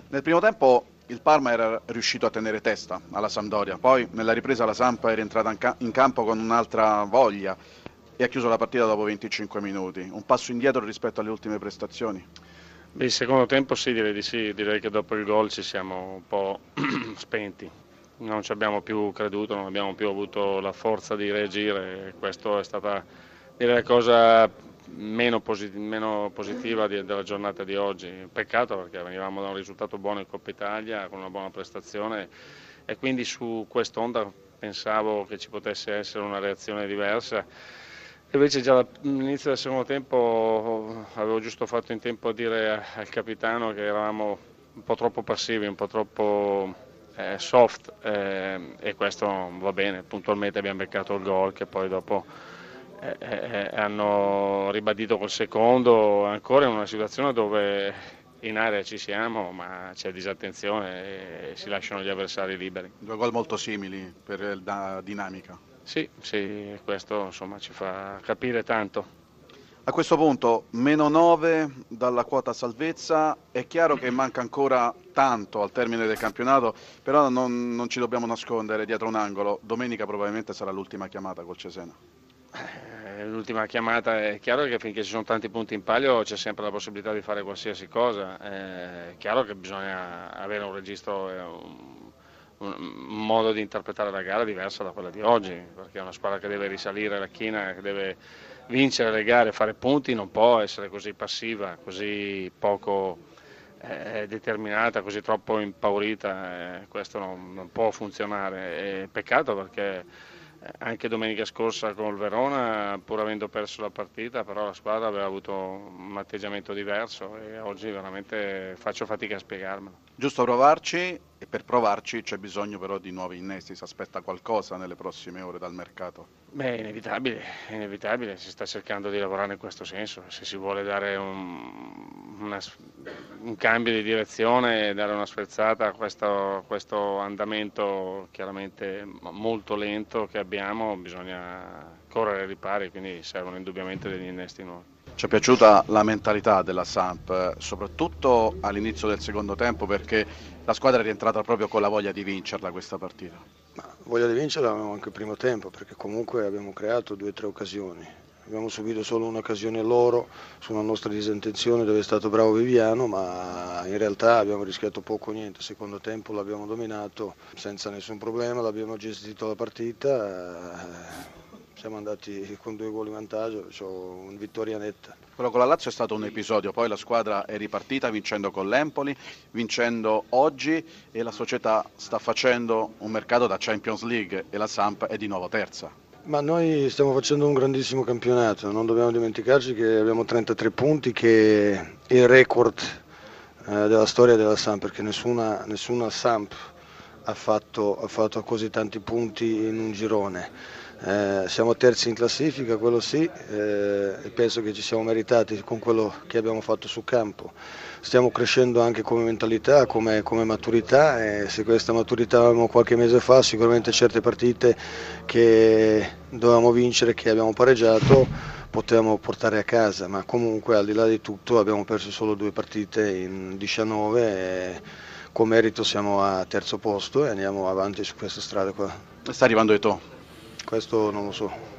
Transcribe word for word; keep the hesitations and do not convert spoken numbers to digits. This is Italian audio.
Nel primo tempo il Parma era riuscito a tenere testa alla Sampdoria, poi nella ripresa la Samp è rientrata in, ca- in campo con un'altra voglia e ha chiuso la partita dopo venticinque minuti. Un passo indietro rispetto alle ultime prestazioni. Beh, il secondo tempo sì, direi di sì, direi che dopo il gol ci siamo un po' spenti, non ci abbiamo più creduto, non abbiamo più avuto la forza di reagire e questa è stata direi, la cosa meno, posit- meno positiva di- della giornata di oggi. Peccato perché venivamo da un risultato buono in Coppa Italia con una buona prestazione e quindi su quest'onda pensavo che ci potesse essere una reazione diversa. Invece già all'inizio del secondo tempo avevo giusto fatto in tempo a dire al capitano che eravamo un po' troppo passivi, un po' troppo eh, soft eh, e questo va bene, puntualmente abbiamo beccato il gol che poi dopo eh, eh, hanno ribadito col secondo, ancora in una situazione dove in area ci siamo ma c'è disattenzione e si lasciano gli avversari liberi. Due gol molto simili per la dinamica. Sì, sì, questo insomma ci fa capire tanto. A questo punto meno nove dalla quota salvezza, è chiaro che manca ancora tanto al termine del campionato, però non, non ci dobbiamo nascondere dietro un angolo, domenica probabilmente sarà l'ultima chiamata col Cesena. Eh, L'ultima chiamata è chiaro che finché ci sono tanti punti in palio c'è sempre la possibilità di fare qualsiasi cosa. È chiaro che bisogna avere un registro e un, un- un modo di interpretare la gara diverso da quella di oggi, perché è una squadra che deve risalire la china, che deve vincere le gare, fare punti, non può essere così passiva, così poco eh, determinata, così troppo impaurita. Eh, questo non, non può funzionare. È peccato perché eh, anche domenica scorsa con il Verona, pur avendo perso la partita, però la squadra aveva avuto un atteggiamento diverso e oggi veramente faccio fatica a spiegarmelo. Giusto provarci e per provarci c'è bisogno però di nuovi innesti, si aspetta qualcosa nelle prossime ore dal mercato. Beh, è inevitabile, è inevitabile, si sta cercando di lavorare in questo senso, se si vuole dare un, una- un cambio di direzione, dare una sferzata a questo, questo andamento chiaramente molto lento che abbiamo, bisogna correre ai ripari, quindi servono indubbiamente degli innesti nuovi. Ci è piaciuta la mentalità della Samp, eh, soprattutto all'inizio del secondo tempo perché la squadra è rientrata proprio con la voglia di vincerla questa partita. Ma voglia di vincere avevamo anche il primo tempo, perché comunque abbiamo creato due o tre occasioni. Abbiamo subito solo un'occasione loro su una nostra disintenzione dove è stato bravo Viviano, ma in realtà abbiamo rischiato poco o niente. Il secondo tempo l'abbiamo dominato senza nessun problema, l'abbiamo gestito la partita, eh, siamo andati con due gol in vantaggio, cioè una vittoria netta. Quello con la Lazio è stato un episodio, poi la squadra è ripartita vincendo con l'Empoli, vincendo oggi e la società sta facendo un mercato da Champions League e la Samp è di nuovo terza. Ma noi stiamo facendo un grandissimo campionato, non dobbiamo dimenticarci che abbiamo trentatré punti, che è il record eh, della storia della Samp, perché nessuna, nessuna Samp ha fatto, ha fatto così tanti punti in un girone. Eh, siamo terzi in classifica, quello sì, eh, e penso che ci siamo meritati con quello che abbiamo fatto sul campo. Stiamo crescendo anche come mentalità, come, come maturità, e se questa maturità avevamo qualche mese fa, sicuramente certe partite che dovevamo vincere, che abbiamo pareggiato, potevamo portare a casa, ma comunque al di là di tutto abbiamo perso solo due partite in diciannove e con merito siamo a terzo posto e andiamo avanti su questa strada qua. Sta arrivando Eto'o. Questo non lo so.